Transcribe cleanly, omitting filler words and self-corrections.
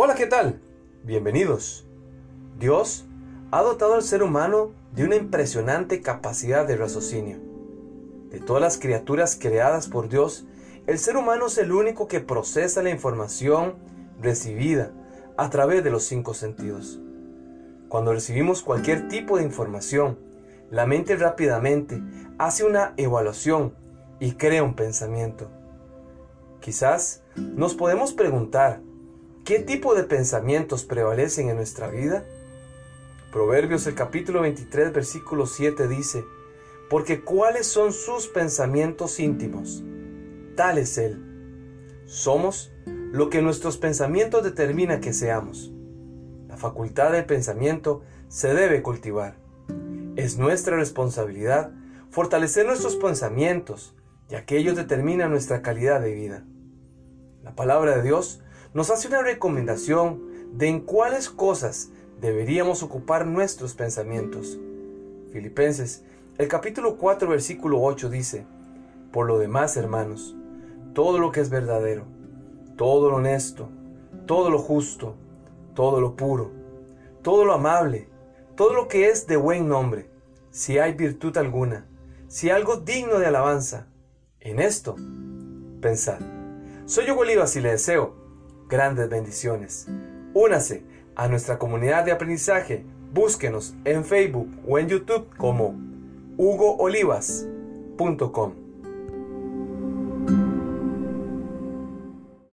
Hola, ¿qué tal? Bienvenidos. Dios ha dotado al ser humano de una impresionante capacidad de raciocinio. De todas las criaturas creadas por Dios, el ser humano es el único que procesa la información recibida a través de los 5 sentidos. Cuando recibimos cualquier tipo de información, la mente rápidamente hace una evaluación y crea un pensamiento. Quizás nos podemos preguntar, ¿qué tipo de pensamientos prevalecen en nuestra vida? Proverbios el capítulo 23, versículo 7 dice, porque ¿cuáles son sus pensamientos íntimos? Tal es Él. Somos lo que nuestros pensamientos determinan que seamos. La facultad del pensamiento se debe cultivar. Es nuestra responsabilidad fortalecer nuestros pensamientos, ya que ellos determinan nuestra calidad de vida. La palabra de Dios nos hace una recomendación de en cuáles cosas deberíamos ocupar nuestros pensamientos. Filipenses, el capítulo 4, versículo 8 dice, por lo demás, hermanos, todo lo que es verdadero, todo lo honesto, todo lo justo, todo lo puro, todo lo amable, todo lo que es de buen nombre, si hay virtud alguna, si algo digno de alabanza, en esto pensad. Soy Hugo Olivas y le deseo grandes bendiciones. Únase a nuestra comunidad de aprendizaje. Búsquenos en Facebook o en YouTube como hugoolivas.com.